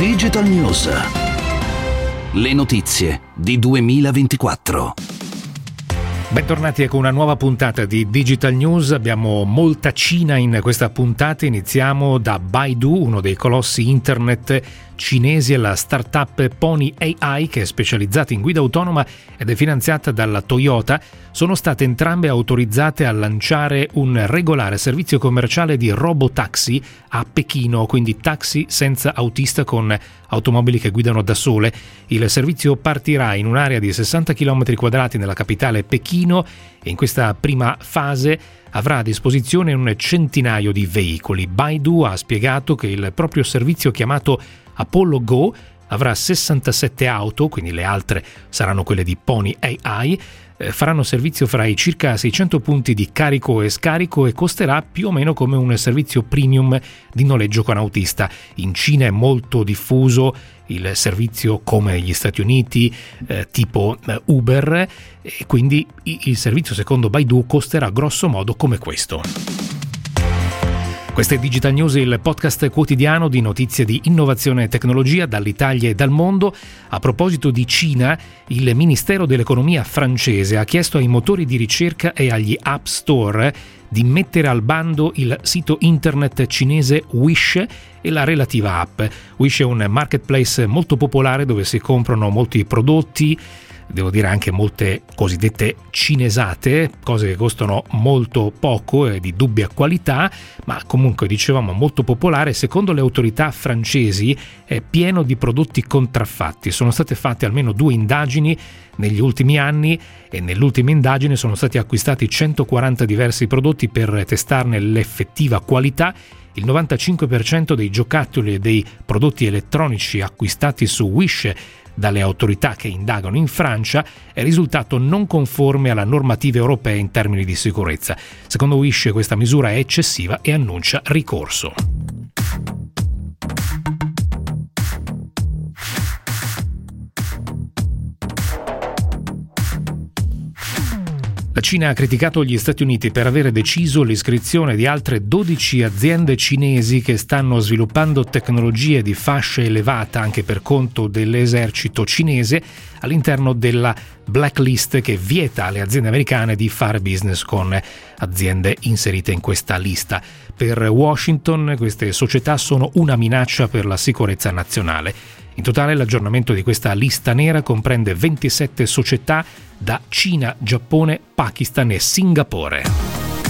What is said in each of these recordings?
Digital News. Le notizie di 2024. Bentornati con una nuova puntata di Digital News. Abbiamo molta Cina in questa puntata. Iniziamo da Baidu, uno dei colossi internet cinesi, e la startup Pony AI, che è specializzata in guida autonoma ed è finanziata dalla Toyota. Sono state entrambe autorizzate a lanciare un regolare servizio commerciale di robotaxi a Pechino, quindi taxi senza autista con automobili che guidano da sole. Il servizio partirà in un'area di 60 km² nella capitale Pechino e in questa prima fase avrà a disposizione un centinaio di veicoli. Baidu ha spiegato che il proprio servizio, chiamato Apollo Go, avrà 67 auto, quindi le altre saranno quelle di Pony AI, faranno servizio fra i circa 600 punti di carico e scarico e costerà più o meno come un servizio premium di noleggio con autista. In Cina è molto diffuso il servizio come negli Stati Uniti, tipo Uber, e quindi il servizio secondo Baidu costerà grosso modo come questo. Questa è Digital News, il podcast quotidiano di notizie di innovazione e tecnologia dall'Italia e dal mondo. A proposito di Cina, il Ministero dell'Economia francese ha chiesto ai motori di ricerca e agli App Store di mettere al bando il sito internet cinese Wish e la relativa app. Wish è un marketplace molto popolare dove si comprano molti prodotti, devo dire anche molte cosiddette cinesate, cose che costano molto poco e di dubbia qualità, ma comunque, dicevamo, molto popolare. Secondo le autorità francesi è pieno di prodotti contraffatti. Sono state fatte almeno 2 indagini negli ultimi anni e nell'ultima indagine sono stati acquistati 140 diversi prodotti per testarne l'effettiva qualità. Il 95% dei giocattoli e dei prodotti elettronici acquistati su Wish dalle autorità che indagano in Francia è risultato non conforme alla normativa europea in termini di sicurezza. Secondo Wish questa misura è eccessiva e annuncia ricorso. La Cina ha criticato gli Stati Uniti per aver deciso l'iscrizione di altre 12 aziende cinesi che stanno sviluppando tecnologie di fascia elevata anche per conto dell'esercito cinese all'interno della blacklist che vieta alle aziende americane di fare business con aziende inserite in questa lista. Per Washington queste società sono una minaccia per la sicurezza nazionale. In totale l'aggiornamento di questa lista nera comprende 27 società da Cina, Giappone, Pakistan e Singapore.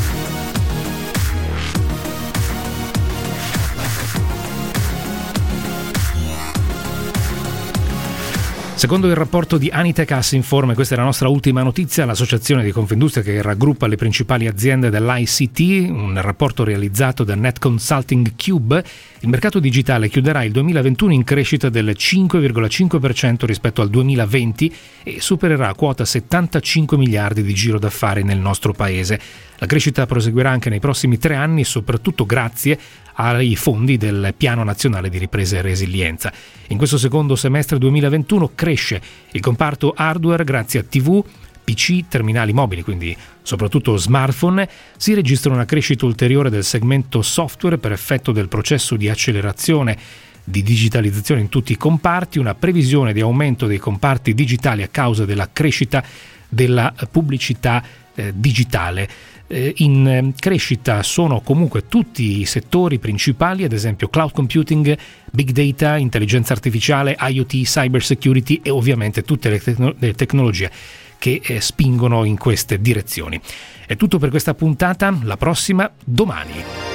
Secondo il rapporto di Anitech Assinform, questa è la nostra ultima notizia, l'associazione di Confindustria che raggruppa le principali aziende dell'ICT, un rapporto realizzato da Net Consulting Cube, il mercato digitale chiuderà il 2021 in crescita del 5,5% rispetto al 2020 e supererà quota 75 miliardi di giro d'affari nel nostro paese. La crescita proseguirà anche nei prossimi 3 anni, soprattutto grazie ai fondi del Piano Nazionale di Ripresa e Resilienza. In questo secondo semestre 2021 cresce il comparto hardware grazie a TV, PC, terminali mobili, quindi soprattutto smartphone. Si registra una crescita ulteriore del segmento software per effetto del processo di accelerazione di digitalizzazione in tutti i comparti, una previsione di aumento dei comparti digitali a causa della crescita della pubblicità digitale. In crescita sono comunque tutti i settori principali, ad esempio cloud computing, big data, intelligenza artificiale, IoT, cyber security e ovviamente tutte le tecnologie che spingono in queste direzioni. È tutto per questa puntata, la prossima domani.